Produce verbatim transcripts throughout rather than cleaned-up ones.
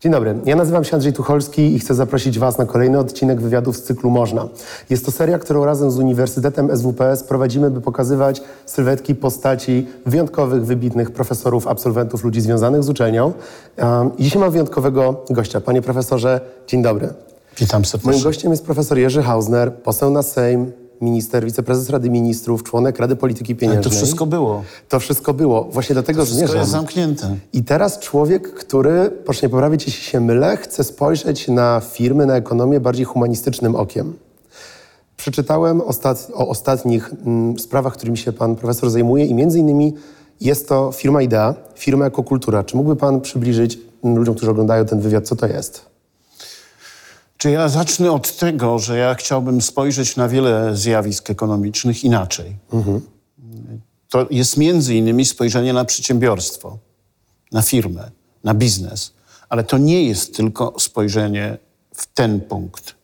Dzień dobry, ja nazywam się Andrzej Tucholski i chcę zaprosić Was na kolejny odcinek wywiadów z cyklu Można. Jest to seria, którą razem z Uniwersytetem S W P S prowadzimy, by pokazywać sylwetki postaci wyjątkowych, wybitnych profesorów, absolwentów, ludzi związanych z uczelnią. I dzisiaj mam wyjątkowego gościa. Panie profesorze, dzień dobry. Witam serdecznie. Moim gościem jest profesor Jerzy Hausner, poseł na Sejm, minister, wiceprezes Rady Ministrów, członek Rady Polityki Pieniężnej. Ale to wszystko było. To wszystko było. Właśnie do tego to wszystko zmierzam. jest zamknięte. I teraz człowiek, który, proszę nie poprawić, jeśli się mylę, chce spojrzeć na firmy, na ekonomię bardziej humanistycznym okiem. Przeczytałem ostat... o ostatnich mm, sprawach, którymi się pan profesor zajmuje i między innymi jest to firma Idea, firma Ekokultura. Czy mógłby pan przybliżyć ludziom, którzy oglądają ten wywiad, co to jest? Czy ja zacznę od tego, że ja chciałbym spojrzeć na wiele zjawisk ekonomicznych inaczej. Mhm. To jest między innymi spojrzenie na przedsiębiorstwo, na firmę, na biznes. Ale to nie jest tylko spojrzenie w ten punkt.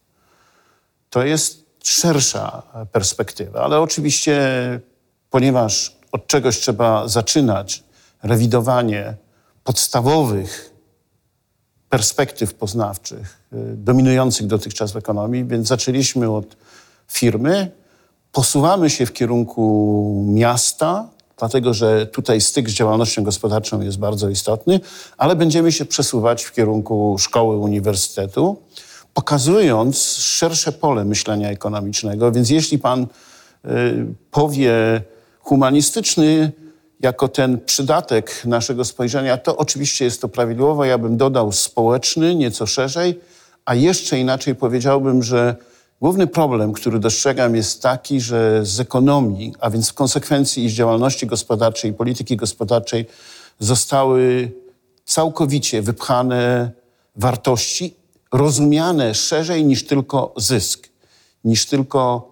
To jest szersza perspektywa. Ale oczywiście, ponieważ od czegoś trzeba zaczynać, rewidowanie podstawowych perspektyw poznawczych dominujących dotychczas w ekonomii, więc zaczęliśmy od firmy, posuwamy się w kierunku miasta, dlatego że tutaj styk z działalnością gospodarczą jest bardzo istotny, ale będziemy się przesuwać w kierunku szkoły, uniwersytetu, pokazując szersze pole myślenia ekonomicznego. Więc jeśli pan y, powie humanistyczny, jako ten przydatek naszego spojrzenia, to oczywiście jest to prawidłowo. Ja bym dodał społeczny, nieco szerzej, a jeszcze inaczej powiedziałbym, że główny problem, który dostrzegam, jest taki, że z ekonomii, a więc w konsekwencji i z działalności gospodarczej, i polityki gospodarczej zostały całkowicie wypchane wartości rozumiane szerzej niż tylko zysk, niż tylko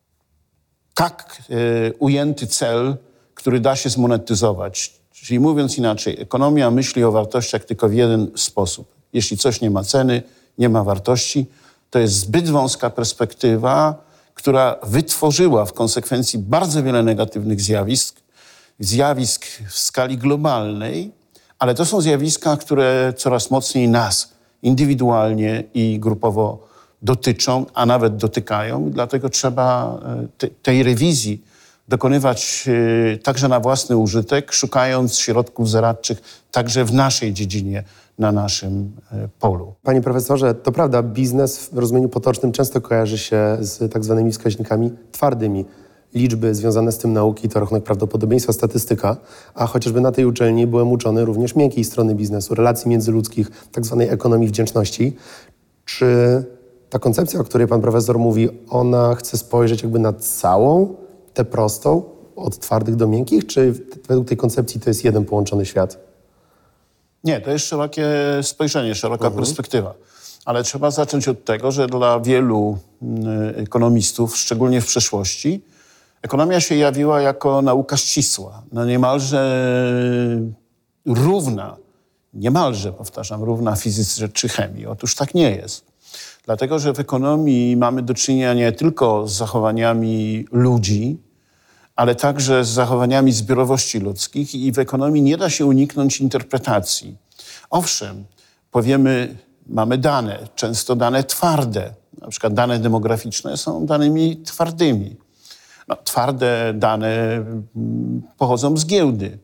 tak y, ujęty cel, który da się zmonetyzować. Czyli mówiąc inaczej, ekonomia myśli o wartościach tylko w jeden sposób. Jeśli coś nie ma ceny, nie ma wartości, to jest zbyt wąska perspektywa, która wytworzyła w konsekwencji bardzo wiele negatywnych zjawisk, zjawisk w skali globalnej, ale to są zjawiska, które coraz mocniej nas indywidualnie i grupowo dotyczą, a nawet dotykają. Dlatego trzeba te, tej rewizji dokonywać y, także na własny użytek, szukając środków zaradczych także w naszej dziedzinie, na naszym y, polu. Panie profesorze, to prawda, biznes w rozumieniu potocznym często kojarzy się z tak zwanymi wskaźnikami twardymi. Liczby związane z tym nauki to rachunek prawdopodobieństwa, statystyka, a chociażby na tej uczelni byłem uczony również miękkiej strony biznesu, relacji międzyludzkich, tak zwanej ekonomii wdzięczności. Czy ta koncepcja, o której pan profesor mówi, ona chce spojrzeć jakby na całą tę prostą, od twardych do miękkich, czy według tej koncepcji to jest jeden połączony świat? Nie, to jest szerokie spojrzenie, szeroka mhm. perspektywa. Ale trzeba zacząć od tego, że dla wielu y, ekonomistów, szczególnie w przeszłości, ekonomia się jawiła jako nauka ścisła, no niemalże równa, niemalże, powtarzam, równa fizyce czy chemii. Otóż tak nie jest. Dlatego, że w ekonomii mamy do czynienia nie tylko z zachowaniami ludzi, ale także z zachowaniami zbiorowości ludzkich i w ekonomii nie da się uniknąć interpretacji. Owszem, powiemy, mamy dane, często dane twarde, na przykład dane demograficzne są danymi twardymi. No, twarde dane pochodzą z giełdy.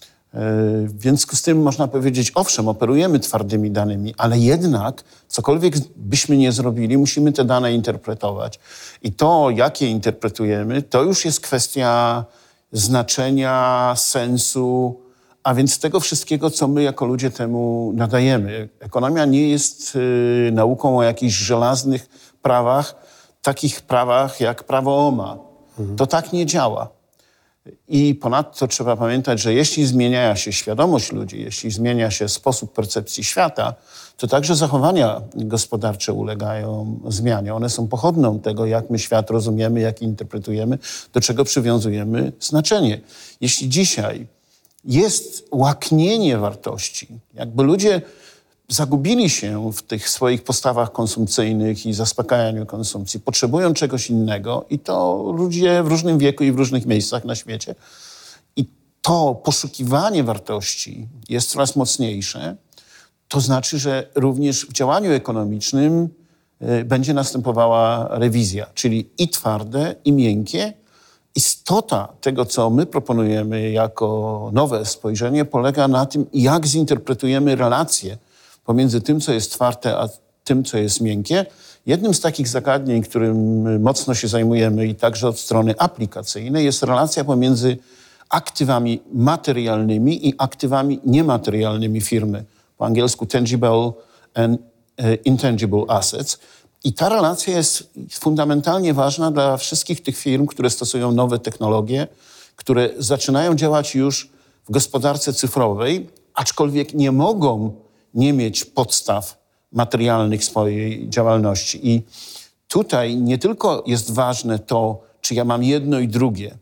W związku z tym można powiedzieć, owszem, operujemy twardymi danymi, ale jednak cokolwiek byśmy nie zrobili, musimy te dane interpretować. I to, jak je interpretujemy, to już jest kwestia znaczenia, sensu, a więc tego wszystkiego, co my jako ludzie temu nadajemy. Ekonomia nie jest y, nauką o jakichś żelaznych prawach, takich prawach jak prawo Ohma. Mhm. To tak nie działa. I ponadto trzeba pamiętać, że jeśli zmienia się świadomość ludzi, jeśli zmienia się sposób percepcji świata, to także zachowania gospodarcze ulegają zmianie. One są pochodną tego, jak my świat rozumiemy, jak interpretujemy, do czego przywiązujemy znaczenie. Jeśli dzisiaj jest łaknienie wartości, jakby ludzie zagubili się w tych swoich postawach konsumpcyjnych i zaspokajaniu konsumpcji, potrzebują czegoś innego i to ludzie w różnym wieku i w różnych miejscach na świecie. I to poszukiwanie wartości jest coraz mocniejsze. to znaczy, że również w działaniu ekonomicznym y, będzie następowała rewizja, czyli i twarde, i miękkie. Istota tego, co my proponujemy jako nowe spojrzenie, polega na tym, jak zinterpretujemy relacje pomiędzy tym, co jest twarde, a tym, co jest miękkie. Jednym z takich zagadnień, którym mocno się zajmujemy i także od strony aplikacyjnej, jest relacja pomiędzy aktywami materialnymi i aktywami niematerialnymi firmy. Po angielsku tangible and intangible assets. I ta relacja jest fundamentalnie ważna dla wszystkich tych firm, które stosują nowe technologie, które zaczynają działać już w gospodarce cyfrowej, aczkolwiek nie mogą nie mieć podstaw materialnych swojej działalności. I tutaj nie tylko jest ważne to, czy ja mam jedno i drugie,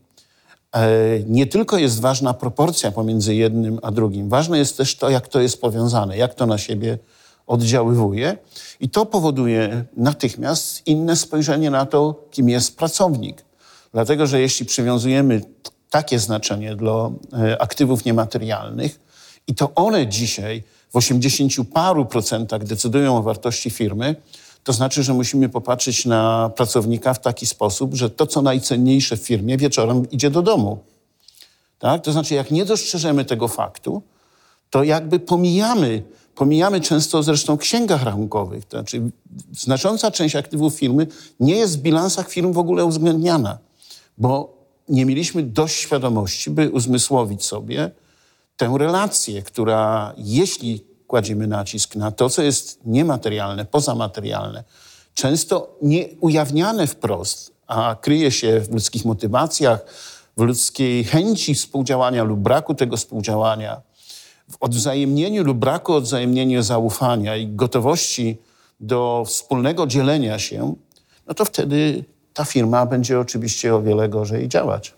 nie tylko jest ważna proporcja pomiędzy jednym a drugim, ważne jest też to, jak to jest powiązane, jak to na siebie oddziaływuje. I to powoduje natychmiast inne spojrzenie na to, kim jest pracownik. Dlatego, że jeśli przywiązujemy takie znaczenie do aktywów niematerialnych i to one dzisiaj w osiemdziesięciu paru procentach decydują o wartości firmy, to znaczy, że musimy popatrzeć na pracownika w taki sposób, że to, co najcenniejsze w firmie, wieczorem idzie do domu. Tak? To znaczy, jak nie dostrzeżemy tego faktu, to jakby pomijamy, pomijamy często zresztą w księgach rachunkowych. To znaczy, znacząca część aktywów firmy nie jest w bilansach firm w ogóle uwzględniana, bo nie mieliśmy dość świadomości, by uzmysłowić sobie tę relację, która jeśli kładziemy nacisk na to, co jest niematerialne, pozamaterialne, często nie ujawniane wprost, a kryje się w ludzkich motywacjach, w ludzkiej chęci współdziałania lub braku tego współdziałania, w odwzajemnieniu lub braku odwzajemnienia zaufania i gotowości do wspólnego dzielenia się, no to wtedy ta firma będzie oczywiście o wiele gorzej działać.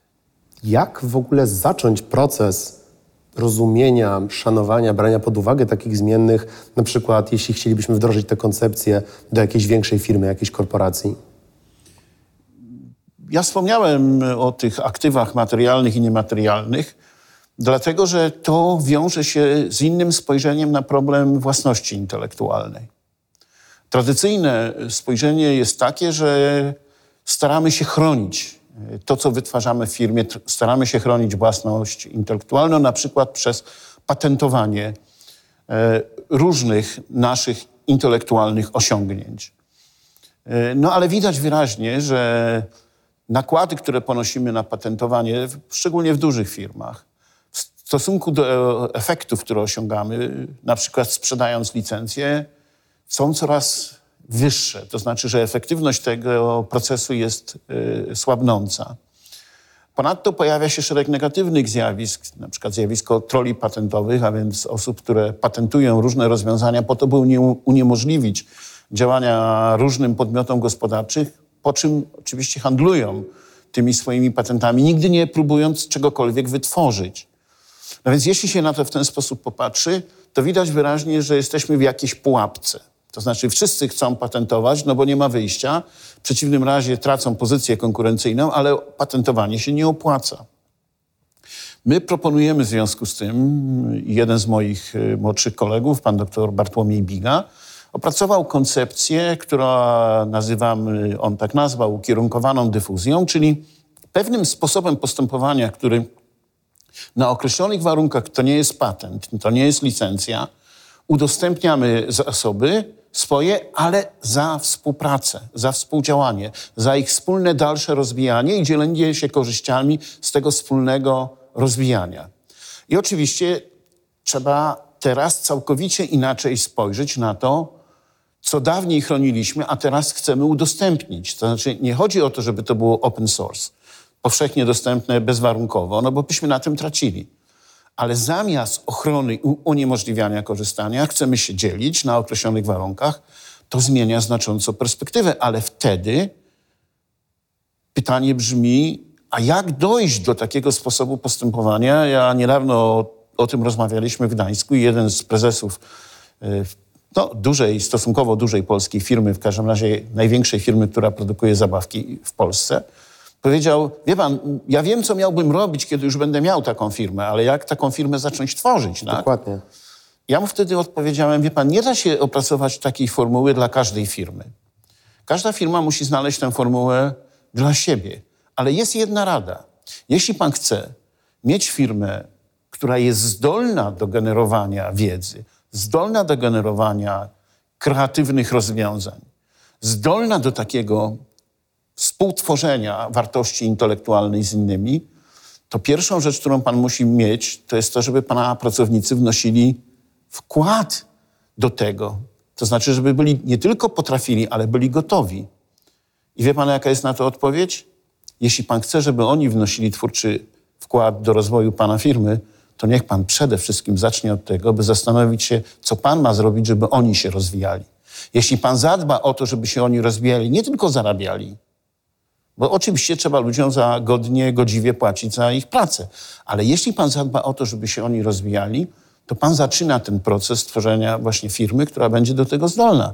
Jak w ogóle zacząć proces rozumienia, szanowania, brania pod uwagę takich zmiennych, na przykład jeśli chcielibyśmy wdrożyć tę koncepcję do jakiejś większej firmy, jakiejś korporacji? Ja wspomniałem o tych aktywach materialnych i niematerialnych, dlatego że to wiąże się z innym spojrzeniem na problem własności intelektualnej. Tradycyjne spojrzenie jest takie, że staramy się chronić to, co wytwarzamy w firmie, staramy się chronić własność intelektualną, na przykład przez patentowanie różnych naszych intelektualnych osiągnięć. No ale widać wyraźnie, że nakłady, które ponosimy na patentowanie, szczególnie w dużych firmach, w stosunku do efektów, które osiągamy, na przykład sprzedając licencje, są coraz wyższe. To znaczy, że efektywność tego procesu jest y, słabnąca. Ponadto pojawia się szereg negatywnych zjawisk, na przykład zjawisko troli patentowych, a więc osób, które patentują różne rozwiązania po to, by unie- uniemożliwić działania różnym podmiotom gospodarczym, po czym oczywiście handlują tymi swoimi patentami, nigdy nie próbując czegokolwiek wytworzyć. No więc jeśli się na to w ten sposób popatrzy, to widać wyraźnie, że jesteśmy w jakiejś pułapce. To znaczy wszyscy chcą patentować, no bo nie ma wyjścia. W przeciwnym razie tracą pozycję konkurencyjną, ale patentowanie się nie opłaca. My proponujemy w związku z tym, jeden z moich młodszych kolegów, pan doktor Bartłomiej Biga, opracował koncepcję, która nazywamy, on tak nazwał, ukierunkowaną dyfuzją, czyli pewnym sposobem postępowania, który na określonych warunkach, to nie jest patent, to nie jest licencja, udostępniamy zasoby swoje, ale za współpracę, za współdziałanie, za ich wspólne dalsze rozwijanie i dzielenie się korzyściami z tego wspólnego rozwijania. I oczywiście trzeba teraz całkowicie inaczej spojrzeć na to, co dawniej chroniliśmy, a teraz chcemy udostępnić. To znaczy nie chodzi o to, żeby to było open source, powszechnie dostępne bezwarunkowo, no bo byśmy na tym tracili. Ale zamiast ochrony i uniemożliwiania korzystania chcemy się dzielić na określonych warunkach, to zmienia znacząco perspektywę. Ale wtedy pytanie brzmi, a jak dojść do takiego sposobu postępowania? Ja niedawno o, o tym rozmawialiśmy w Gdańsku i jeden z prezesów no, dużej, stosunkowo dużej polskiej firmy, w każdym razie największej firmy, która produkuje zabawki w Polsce, powiedział, wie pan, ja wiem, co miałbym robić, kiedy już będę miał taką firmę, ale jak taką firmę zacząć tworzyć? Tak? Dokładnie. Ja mu wtedy odpowiedziałem, wie pan, nie da się opracować takiej formuły dla każdej firmy. Każda firma musi znaleźć tę formułę dla siebie. Ale jest jedna rada. Jeśli pan chce mieć firmę, która jest zdolna do generowania wiedzy, zdolna do generowania kreatywnych rozwiązań, zdolna do takiego współtworzenia wartości intelektualnej z innymi, to pierwszą rzecz, którą pan musi mieć, to jest to, żeby pana pracownicy wnosili wkład do tego. To znaczy, żeby byli nie tylko potrafili, ale byli gotowi. I wie pan, jaka jest na to odpowiedź? Jeśli pan chce, żeby oni wnosili twórczy wkład do rozwoju pana firmy, to niech pan przede wszystkim zacznie od tego, by zastanowić się, co pan ma zrobić, żeby oni się rozwijali. Jeśli pan zadba o to, żeby się oni rozwijali, nie tylko zarabiali, bo oczywiście trzeba ludziom za godnie, godziwie płacić za ich pracę, ale jeśli pan zadba o to, żeby się oni rozwijali, to pan zaczyna ten proces tworzenia właśnie firmy, która będzie do tego zdolna.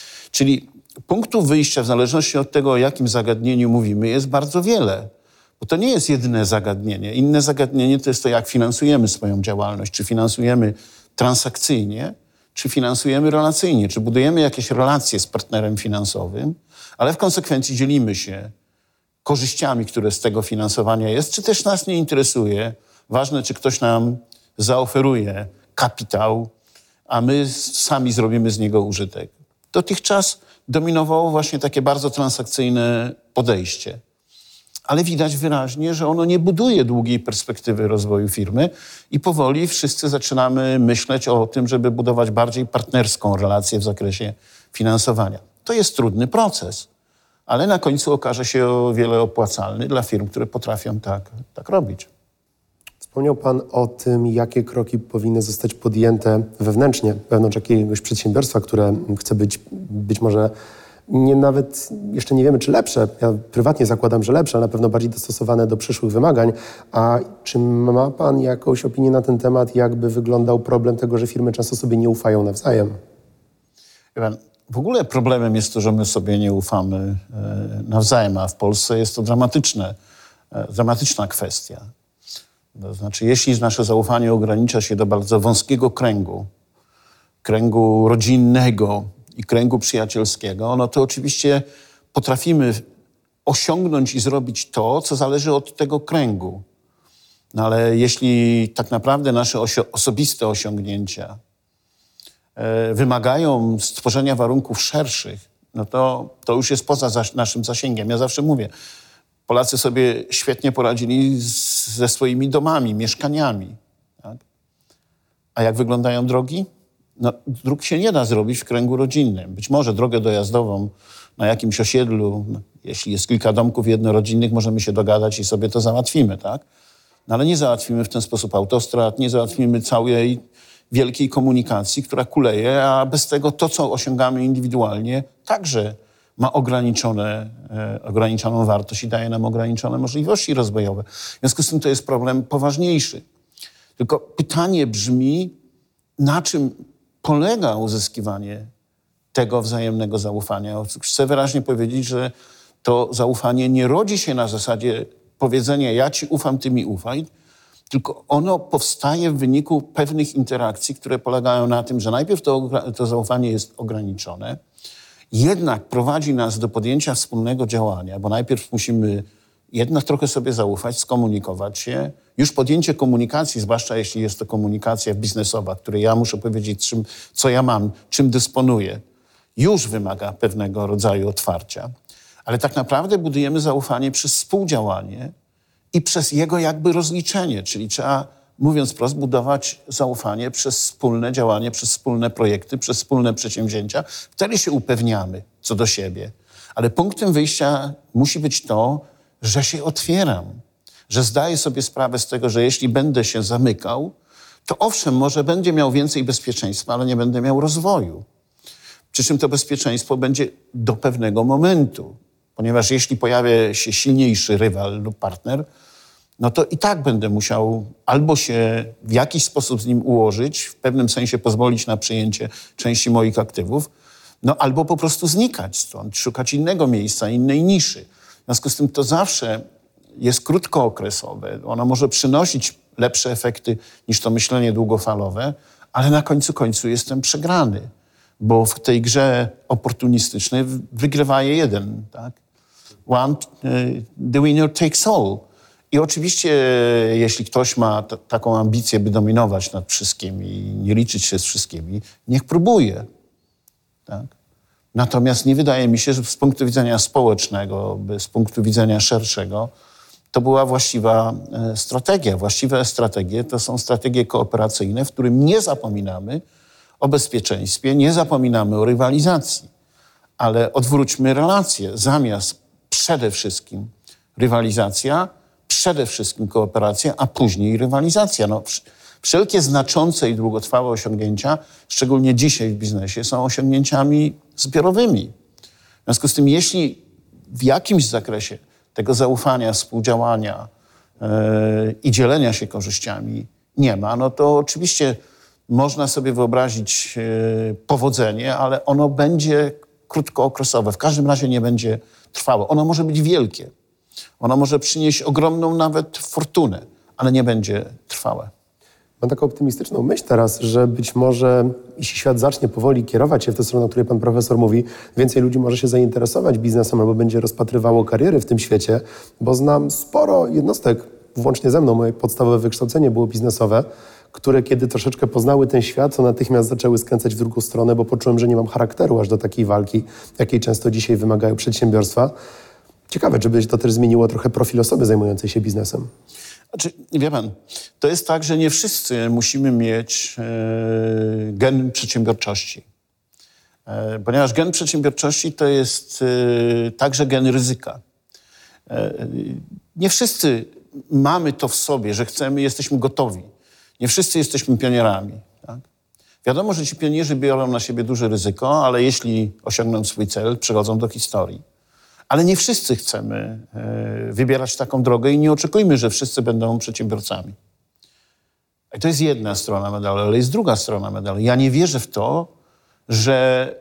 Czyli punktów wyjścia, w zależności od tego, o jakim zagadnieniu mówimy, jest bardzo wiele. Bo to nie jest jedyne zagadnienie. Inne zagadnienie to jest to, jak finansujemy swoją działalność. Czy finansujemy transakcyjnie, czy finansujemy relacyjnie. Czy budujemy jakieś relacje z partnerem finansowym, ale w konsekwencji dzielimy się korzyściami, które z tego finansowania jest, czy też nas nie interesuje. Ważne, czy ktoś nam zaoferuje kapitał, a my sami zrobimy z niego użytek. Dotychczas dominowało właśnie takie bardzo transakcyjne podejście. Ale widać wyraźnie, że ono nie buduje długiej perspektywy rozwoju firmy i powoli wszyscy zaczynamy myśleć o tym, żeby budować bardziej partnerską relację w zakresie finansowania. To jest trudny proces, ale na końcu okaże się o wiele opłacalny dla firm, które potrafią tak, tak robić. Wspomniał pan o tym, jakie kroki powinny zostać podjęte wewnętrznie, wewnątrz jakiegoś przedsiębiorstwa, które chce być być może nie nawet, jeszcze nie wiemy, czy lepsze. Ja prywatnie zakładam, że lepsze, ale na pewno bardziej dostosowane do przyszłych wymagań. A czy ma pan jakąś opinię na ten temat, jakby wyglądał problem tego, że firmy często sobie nie ufają nawzajem? W ogóle problemem jest to, że my sobie nie ufamy nawzajem, a w Polsce jest to dramatyczne, dramatyczna kwestia. To znaczy, jeśli nasze zaufanie ogranicza się do bardzo wąskiego kręgu, kręgu rodzinnego i kręgu przyjacielskiego, no to oczywiście potrafimy osiągnąć i zrobić to, co zależy od tego kręgu. No ale jeśli tak naprawdę nasze osio- osobiste osiągnięcia e, wymagają stworzenia warunków szerszych, no to, to już jest poza zas- naszym zasięgiem. Ja zawsze mówię, Polacy sobie świetnie poradzili z, ze swoimi domami, mieszkaniami. Tak? A jak wyglądają drogi? No, dróg się nie da zrobić w kręgu rodzinnym. Być może drogę dojazdową na jakimś osiedlu, jeśli jest kilka domków jednorodzinnych, możemy się dogadać i sobie to załatwimy, tak? No, ale nie załatwimy w ten sposób autostrad, nie załatwimy całej wielkiej komunikacji, która kuleje, a bez tego to, co osiągamy indywidualnie, także ma ograniczone, e, ograniczoną wartość i daje nam ograniczone możliwości rozwojowe. W związku z tym to jest problem poważniejszy. Tylko pytanie brzmi, na czym polega uzyskiwanie tego wzajemnego zaufania. Chcę wyraźnie powiedzieć, że to zaufanie nie rodzi się na zasadzie powiedzenia ja ci ufam, ty mi ufaj, tylko ono powstaje w wyniku pewnych interakcji, które polegają na tym, że najpierw to, to zaufanie jest ograniczone, jednak prowadzi nas do podjęcia wspólnego działania, bo najpierw musimy jednak trochę sobie zaufać, skomunikować się. Już podjęcie komunikacji, zwłaszcza jeśli jest to komunikacja biznesowa, której ja muszę powiedzieć, czym, co ja mam, czym dysponuję, już wymaga pewnego rodzaju otwarcia. Ale tak naprawdę budujemy zaufanie przez współdziałanie i przez jego jakby rozliczenie, czyli trzeba, mówiąc wprost, budować zaufanie przez wspólne działanie, przez wspólne projekty, przez wspólne przedsięwzięcia. Wtedy się upewniamy co do siebie. Ale punktem wyjścia musi być to, że się otwieram, że zdaję sobie sprawę z tego, że jeśli będę się zamykał, to owszem, może będzie miał więcej bezpieczeństwa, ale nie będę miał rozwoju. Przy czym to bezpieczeństwo będzie do pewnego momentu, ponieważ jeśli pojawia się silniejszy rywal lub partner, no to i tak będę musiał albo się w jakiś sposób z nim ułożyć, w pewnym sensie pozwolić na przyjęcie części moich aktywów, no albo po prostu znikać stąd, szukać innego miejsca, innej niszy. W związku z tym to zawsze jest krótkookresowe. Ono może przynosić lepsze efekty niż to myślenie długofalowe, ale na końcu końcu jestem przegrany, bo w tej grze oportunistycznej wygrywa jeden, tak? One, the winner takes all. I oczywiście, jeśli ktoś ma t- taką ambicję, by dominować nad wszystkimi i nie liczyć się z wszystkimi, niech próbuje. Tak? Natomiast nie wydaje mi się, że z punktu widzenia społecznego, z punktu widzenia szerszego, to była właściwa e, strategia. Właściwe strategie to są strategie kooperacyjne, w którym nie zapominamy o bezpieczeństwie, nie zapominamy o rywalizacji, ale odwróćmy relacje. Zamiast przede wszystkim rywalizacja, przede wszystkim kooperacja, a później rywalizacja. No, wszelkie znaczące i długotrwałe osiągnięcia, szczególnie dzisiaj w biznesie, są osiągnięciami zbiorowymi. W związku z tym, jeśli w jakimś zakresie tego zaufania, współdziałania yy, i dzielenia się korzyściami nie ma, no to oczywiście można sobie wyobrazić yy, powodzenie, ale ono będzie krótkookresowe. W każdym razie nie będzie trwałe. Ono może być wielkie. Ono może przynieść ogromną nawet fortunę, ale nie będzie trwałe. Mam taką optymistyczną myśl teraz, że być może jeśli świat zacznie powoli kierować się w tę stronę, o której pan profesor mówi, więcej ludzi może się zainteresować biznesem albo będzie rozpatrywało kariery w tym świecie, bo znam sporo jednostek, włącznie ze mną, moje podstawowe wykształcenie było biznesowe, które kiedy troszeczkę poznały ten świat, to natychmiast zaczęły skręcać w drugą stronę, bo poczułem, że nie mam charakteru aż do takiej walki, jakiej często dzisiaj wymagają przedsiębiorstwa. Ciekawe, czy by to też zmieniło trochę profil osoby zajmującej się biznesem. Znaczy, wie pan, to jest tak, że nie wszyscy musimy mieć e, gen przedsiębiorczości. E, ponieważ gen przedsiębiorczości to jest e, także gen ryzyka. E, nie wszyscy mamy to w sobie, że chcemy, jesteśmy gotowi. Nie wszyscy jesteśmy pionierami. Tak? Wiadomo, że ci pionierzy biorą na siebie duże ryzyko, ale jeśli osiągną swój cel, przechodzą do historii. Ale nie wszyscy chcemy e, wybierać taką drogę i nie oczekujmy, że wszyscy będą przedsiębiorcami. I to jest jedna strona medalu, ale jest druga strona medalu. Ja nie wierzę w to, że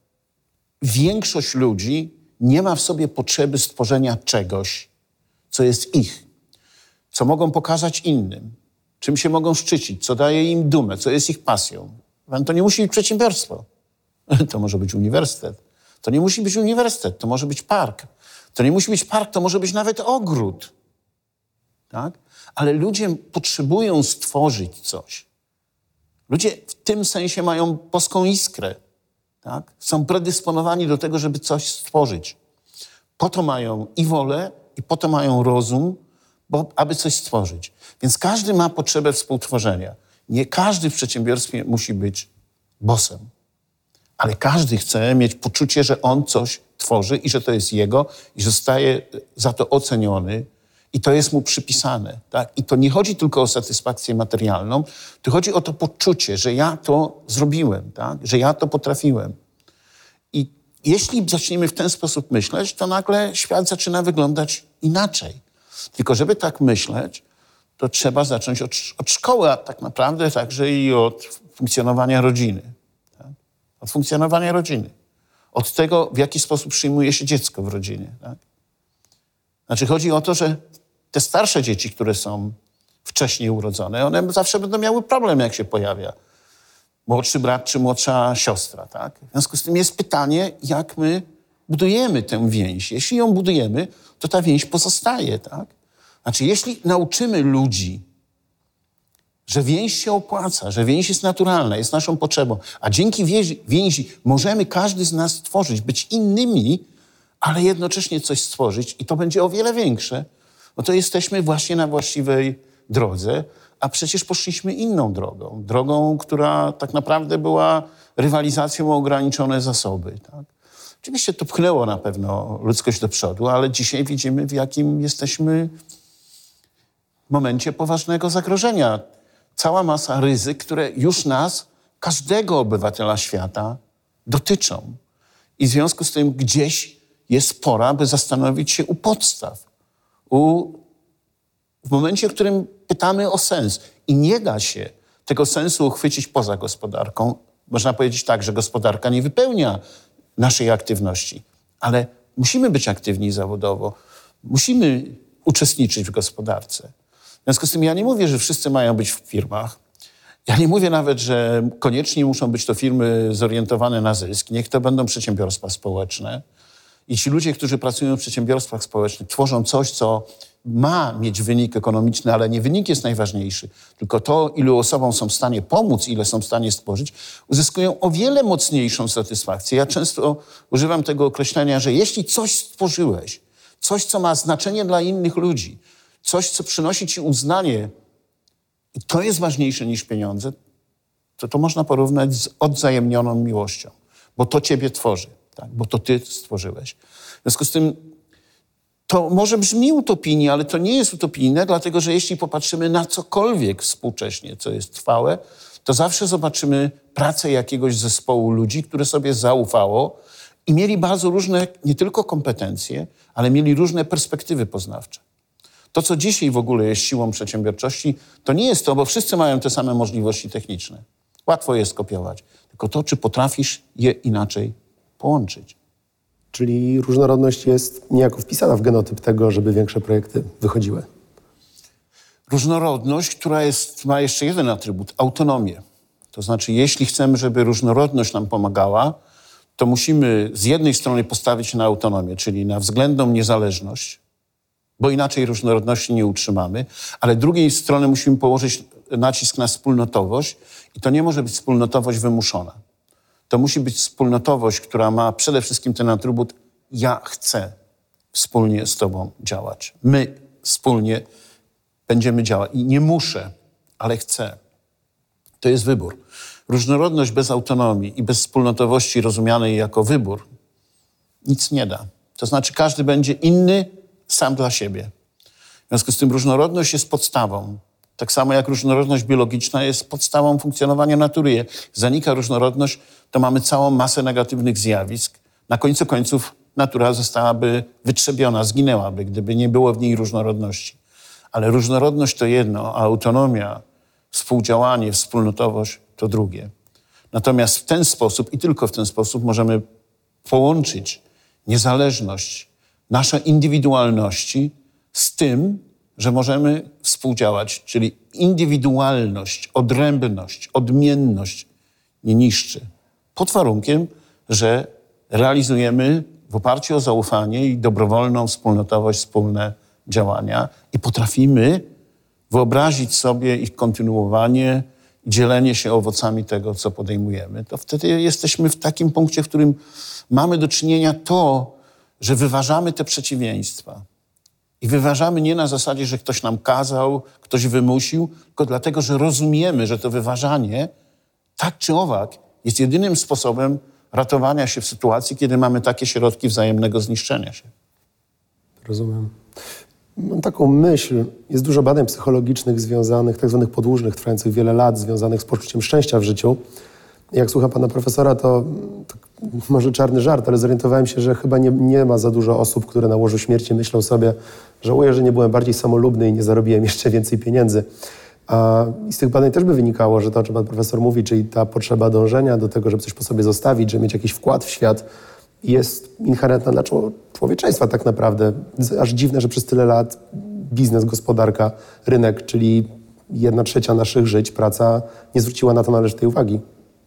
większość ludzi nie ma w sobie potrzeby stworzenia czegoś, co jest ich, co mogą pokazać innym, czym się mogą szczycić, co daje im dumę, co jest ich pasją. To nie musi być przedsiębiorstwo. To może być uniwersytet. To nie musi być uniwersytet, to może być park. To nie musi być park, to może być nawet ogród. Tak? Ale ludzie potrzebują stworzyć coś. Ludzie w tym sensie mają boską iskrę. Tak? Są predysponowani do tego, żeby coś stworzyć. Po to mają i wolę, i po to mają rozum, bo, aby coś stworzyć. Więc każdy ma potrzebę współtworzenia. Nie każdy w przedsiębiorstwie musi być bossem. Ale każdy chce mieć poczucie, że on coś tworzy i że to jest jego i że zostaje za to oceniony i to jest mu przypisane. Tak? I to nie chodzi tylko o satysfakcję materialną, to chodzi o to poczucie, że ja to zrobiłem, tak? Że ja to potrafiłem. I jeśli zaczniemy w ten sposób myśleć, to nagle świat zaczyna wyglądać inaczej. Tylko żeby tak myśleć, to trzeba zacząć od, od szkoły, a tak naprawdę także i od funkcjonowania rodziny. Od funkcjonowania rodziny. Od tego, w jaki sposób przyjmuje się dziecko w rodzinie. Tak? Znaczy chodzi o to, że te starsze dzieci, które są wcześniej urodzone, one zawsze będą miały problem, jak się pojawia młodszy brat czy młodsza siostra. Tak? W związku z tym jest pytanie, jak my budujemy tę więź. Jeśli ją budujemy, to ta więź pozostaje. Tak? Znaczy, jeśli nauczymy ludzi, że więź się opłaca, że więź jest naturalna, jest naszą potrzebą, a dzięki więzi, więzi możemy każdy z nas stworzyć, być innymi, ale jednocześnie coś stworzyć i to będzie o wiele większe, no to jesteśmy właśnie na właściwej drodze, a przecież poszliśmy inną drogą. Drogą, która tak naprawdę była rywalizacją o ograniczone zasoby. Tak? Oczywiście to pchnęło na pewno ludzkość do przodu, ale dzisiaj widzimy, w jakim jesteśmy momencie poważnego zagrożenia. Cała masa ryzyk, które już nas, każdego obywatela świata, dotyczą. I w związku z tym gdzieś jest pora, by zastanowić się u podstaw. U, w momencie, w którym pytamy o sens. I nie da się tego sensu uchwycić poza gospodarką. Można powiedzieć tak, że gospodarka nie wypełnia naszej aktywności. Ale musimy być aktywni zawodowo. Musimy uczestniczyć w gospodarce. W związku z tym ja nie mówię, że wszyscy mają być w firmach. Ja nie mówię nawet, że koniecznie muszą być to firmy zorientowane na zysk. Niech to będą przedsiębiorstwa społeczne. I ci ludzie, którzy pracują w przedsiębiorstwach społecznych, tworzą coś, co ma mieć wynik ekonomiczny, ale nie wynik jest najważniejszy, tylko to, ilu osobom są w stanie pomóc, ile są w stanie stworzyć, uzyskują o wiele mocniejszą satysfakcję. Ja często używam tego określenia, że jeśli coś stworzyłeś, coś, co ma znaczenie dla innych ludzi, coś, co przynosi ci uznanie, i to jest ważniejsze niż pieniądze, to to można porównać z odwzajemnioną miłością, bo to ciebie tworzy, tak? Bo to ty stworzyłeś. W związku z tym to może brzmi utopijnie, ale to nie jest utopijne, dlatego że jeśli popatrzymy na cokolwiek współcześnie, co jest trwałe, to zawsze zobaczymy pracę jakiegoś zespołu ludzi, które sobie zaufało i mieli bardzo różne nie tylko kompetencje, ale mieli różne perspektywy poznawcze. To, co dzisiaj w ogóle jest siłą przedsiębiorczości, to nie jest to, bo wszyscy mają te same możliwości techniczne. Łatwo je skopiować. Tylko to, czy potrafisz je inaczej połączyć. Czyli różnorodność jest niejako wpisana w genotyp tego, żeby większe projekty wychodziły. Różnorodność, która jest, ma jeszcze jeden atrybut, autonomię. To znaczy, jeśli chcemy, żeby różnorodność nam pomagała, to musimy z jednej strony postawić na autonomię, czyli na względną niezależność, bo inaczej różnorodności nie utrzymamy, ale z drugiej strony musimy położyć nacisk na wspólnotowość i to nie może być wspólnotowość wymuszona. To musi być wspólnotowość, która ma przede wszystkim ten atrybut ja chcę wspólnie z tobą działać. My wspólnie będziemy działać. I nie muszę, ale chcę. To jest wybór. Różnorodność bez autonomii i bez wspólnotowości rozumianej jako wybór nic nie da. To znaczy każdy będzie inny sam dla siebie. W związku z tym różnorodność jest podstawą. Tak samo jak różnorodność biologiczna jest podstawą funkcjonowania natury. Jak zanika różnorodność, to mamy całą masę negatywnych zjawisk. Na końcu końców natura zostałaby wytrzebiona, zginęłaby, gdyby nie było w niej różnorodności. Ale różnorodność to jedno, a autonomia, współdziałanie, wspólnotowość to drugie. Natomiast w ten sposób i tylko w ten sposób możemy połączyć niezależność, nasze indywidualności z tym, że możemy współdziałać, czyli indywidualność, odrębność, odmienność nie niszczy. Pod warunkiem, że realizujemy w oparciu o zaufanie i dobrowolną wspólnotowość, wspólne działania i potrafimy wyobrazić sobie ich kontynuowanie i dzielenie się owocami tego, co podejmujemy. To wtedy jesteśmy w takim punkcie, w którym mamy do czynienia to, że wyważamy te przeciwieństwa. I wyważamy nie na zasadzie, że ktoś nam kazał, ktoś wymusił, tylko dlatego, że rozumiemy, że to wyważanie tak czy owak jest jedynym sposobem ratowania się w sytuacji, kiedy mamy takie środki wzajemnego zniszczenia się. Rozumiem. Mam taką myśl, jest dużo badań psychologicznych związanych, tak zwanych podłużnych, trwających wiele lat, związanych z poczuciem szczęścia w życiu. Jak słucham pana profesora, to, to może czarny żart, ale zorientowałem się, że chyba nie, nie ma za dużo osób, które na łożu śmierci myślą sobie, żałuję, że nie byłem bardziej samolubny i nie zarobiłem jeszcze więcej pieniędzy. A i z tych badań też by wynikało, że to, o czym pan profesor mówi, czyli ta potrzeba dążenia do tego, żeby coś po sobie zostawić, żeby mieć jakiś wkład w świat, jest inherentna dla człowieczeństwa tak naprawdę. Aż dziwne, że przez tyle lat biznes, gospodarka, rynek, czyli jedna trzecia naszych żyć, praca, nie zwróciła na to należytej uwagi.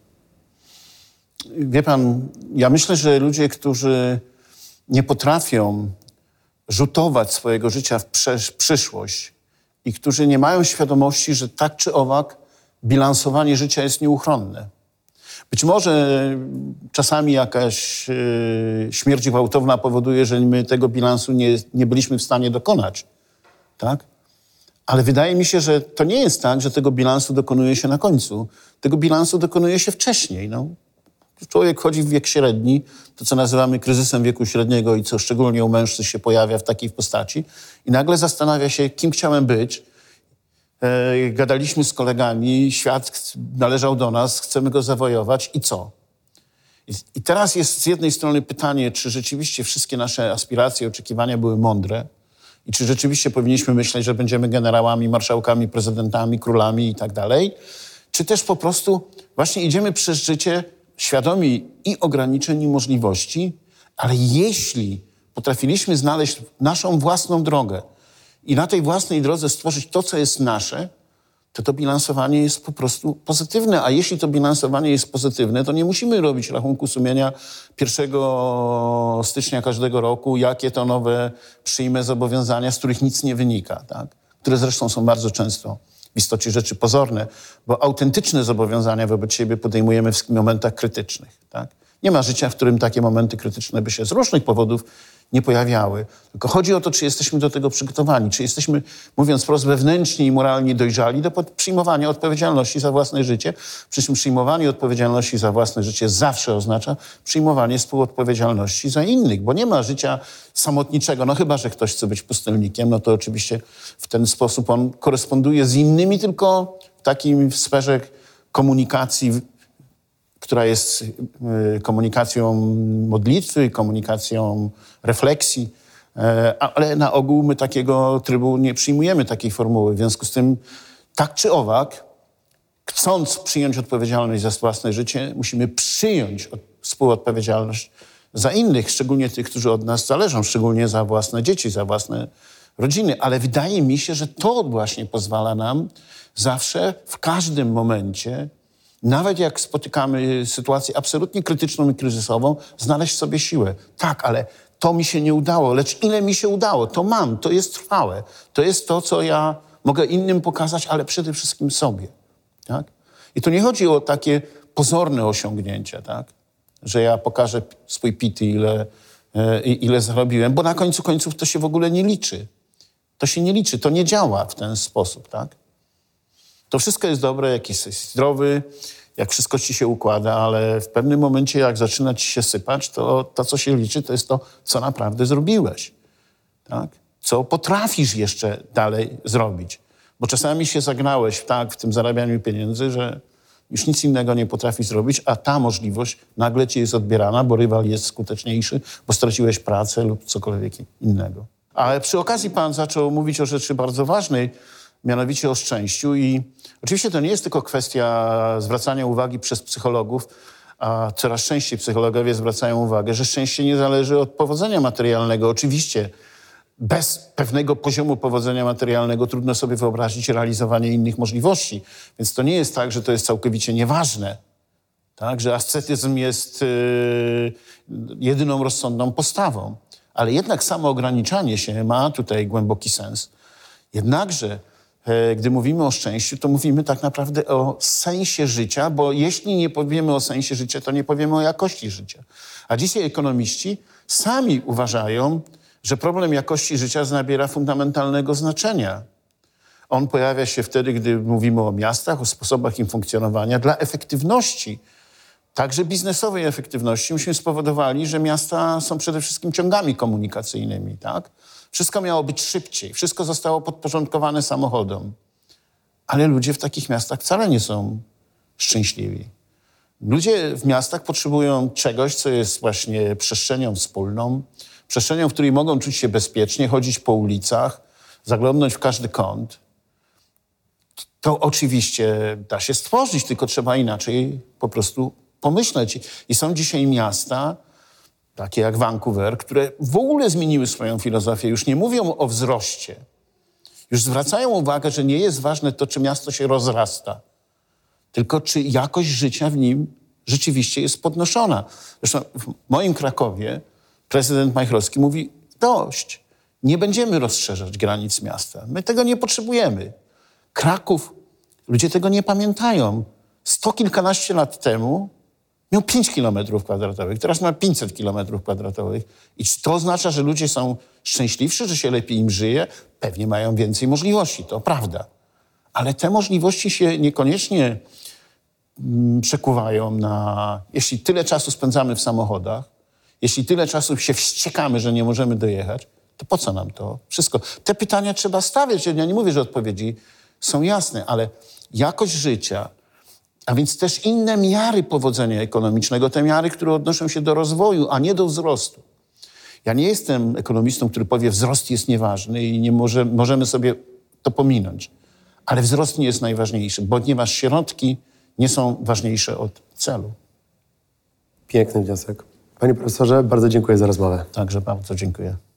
Wie pan, ja myślę, że ludzie, którzy nie potrafią rzutować swojego życia w przyszłość i którzy nie mają świadomości, że tak czy owak bilansowanie życia jest nieuchronne. Być może czasami jakaś yy, śmierć gwałtowna powoduje, że my tego bilansu nie, nie byliśmy w stanie dokonać, tak? Ale wydaje mi się, że to nie jest tak, że tego bilansu dokonuje się na końcu. Tego bilansu dokonuje się wcześniej, no. Człowiek wchodzi w wiek średni, to co nazywamy kryzysem wieku średniego i co szczególnie u mężczyzn się pojawia w takiej postaci i nagle zastanawia się, kim chciałem być. E, gadaliśmy z kolegami, świat należał do nas, chcemy go zawojować i co? I, I teraz jest z jednej strony pytanie, czy rzeczywiście wszystkie nasze aspiracje, oczekiwania były mądre i czy rzeczywiście powinniśmy myśleć, że będziemy generałami, marszałkami, prezydentami, królami i tak dalej, czy też po prostu właśnie idziemy przez życie świadomi i ograniczeń, i możliwości, ale jeśli potrafiliśmy znaleźć naszą własną drogę i na tej własnej drodze stworzyć to, co jest nasze, to to bilansowanie jest po prostu pozytywne. A jeśli to bilansowanie jest pozytywne, to nie musimy robić rachunku sumienia pierwszego stycznia każdego roku, jakie to nowe przyjmę zobowiązania, z których nic nie wynika, tak? Które zresztą są bardzo często w istocie rzeczy pozorne, bo autentyczne zobowiązania wobec siebie podejmujemy w momentach krytycznych, tak? Nie ma życia, w którym takie momenty krytyczne by się z różnych powodów nie pojawiały. Tylko chodzi o to, czy jesteśmy do tego przygotowani, czy jesteśmy, mówiąc wprost, wewnętrznie i moralnie dojrzali do przyjmowania odpowiedzialności za własne życie. Przy czym przyjmowanie odpowiedzialności za własne życie zawsze oznacza przyjmowanie współodpowiedzialności za innych, bo nie ma życia samotniczego. No chyba, że ktoś chce być pustelnikiem, no to oczywiście w ten sposób on koresponduje z innymi, tylko w takim w sferze komunikacji, która jest komunikacją modlitwy, komunikacją refleksji, ale na ogół my takiego trybu nie przyjmujemy, takiej formuły. W związku z tym, tak czy owak, chcąc przyjąć odpowiedzialność za własne życie, musimy przyjąć współodpowiedzialność za innych, szczególnie tych, którzy od nas zależą, szczególnie za własne dzieci, za własne rodziny. Ale wydaje mi się, że to właśnie pozwala nam zawsze, w każdym momencie, nawet jak spotykamy sytuację absolutnie krytyczną i kryzysową, znaleźć sobie siłę. Tak, ale to mi się nie udało, lecz ile mi się udało, to mam, to jest trwałe. To jest to, co ja mogę innym pokazać, ale przede wszystkim sobie. Tak? I tu nie chodzi o takie pozorne osiągnięcia, tak? Że ja pokażę swój pity, ile, e, ile zarobiłem, bo na końcu końców to się w ogóle nie liczy. To się nie liczy, to nie działa w ten sposób, tak? To wszystko jest dobre, jak jesteś zdrowy, jak wszystko ci się układa, ale w pewnym momencie, jak zaczyna ci się sypać, to to, co się liczy, to jest to, co naprawdę zrobiłeś. Tak? Co potrafisz jeszcze dalej zrobić. Bo czasami się zagnałeś tak, w tym zarabianiu pieniędzy, że już nic innego nie potrafisz zrobić, a ta możliwość nagle ci jest odbierana, bo rywal jest skuteczniejszy, bo straciłeś pracę lub cokolwiek innego. Ale przy okazji pan zaczął mówić o rzeczy bardzo ważnej, mianowicie o szczęściu i oczywiście to nie jest tylko kwestia zwracania uwagi przez psychologów, a coraz częściej psychologowie zwracają uwagę, że szczęście nie zależy od powodzenia materialnego. Oczywiście bez pewnego poziomu powodzenia materialnego trudno sobie wyobrazić realizowanie innych możliwości. Więc to nie jest tak, że to jest całkowicie nieważne, tak? Że ascetyzm jest yy, jedyną rozsądną postawą. Ale jednak samo ograniczanie się ma tutaj głęboki sens. Jednakże gdy mówimy o szczęściu, to mówimy tak naprawdę o sensie życia, bo jeśli nie powiemy o sensie życia, to nie powiemy o jakości życia. A dzisiaj ekonomiści sami uważają, że problem jakości życia nabiera fundamentalnego znaczenia. On pojawia się wtedy, gdy mówimy o miastach, o sposobach ich funkcjonowania. Dla efektywności, także biznesowej efektywności, myśmy spowodowali, że miasta są przede wszystkim ciągami komunikacyjnymi, tak? Wszystko miało być szybciej, wszystko zostało podporządkowane samochodom. Ale ludzie w takich miastach wcale nie są szczęśliwi. Ludzie w miastach potrzebują czegoś, co jest właśnie przestrzenią wspólną, przestrzenią, w której mogą czuć się bezpiecznie, chodzić po ulicach, zaglądnąć w każdy kąt. To oczywiście da się stworzyć, tylko trzeba inaczej po prostu pomyśleć. I są dzisiaj miasta, takie jak Vancouver, które w ogóle zmieniły swoją filozofię. Już nie mówią o wzroście. Już zwracają uwagę, że nie jest ważne to, czy miasto się rozrasta, tylko czy jakość życia w nim rzeczywiście jest podnoszona. Zresztą w moim Krakowie prezydent Majchrowski mówi, dość, nie będziemy rozszerzać granic miasta. My tego nie potrzebujemy. Kraków, ludzie tego nie pamiętają. Sto kilkanaście lat temu miał pięć kilometrów kwadratowych, teraz ma pięćset kilometrów kwadratowych. I czy to oznacza, że ludzie są szczęśliwsi, że się lepiej im żyje? Pewnie mają więcej możliwości, to prawda. Ale te możliwości się niekoniecznie mm, przekuwają na... Jeśli tyle czasu spędzamy w samochodach, jeśli tyle czasu się wściekamy, że nie możemy dojechać, to po co nam to wszystko? Te pytania trzeba stawiać. Ja nie mówię, że odpowiedzi są jasne, ale jakość życia, a więc też inne miary powodzenia ekonomicznego, te miary, które odnoszą się do rozwoju, a nie do wzrostu. Ja nie jestem ekonomistą, który powie, wzrost jest nieważny i nie może, możemy sobie to pominąć. Ale wzrost nie jest najważniejszy, ponieważ środki nie są ważniejsze od celu. Piękny wniosek. Panie profesorze, bardzo dziękuję za rozmowę. Także bardzo dziękuję.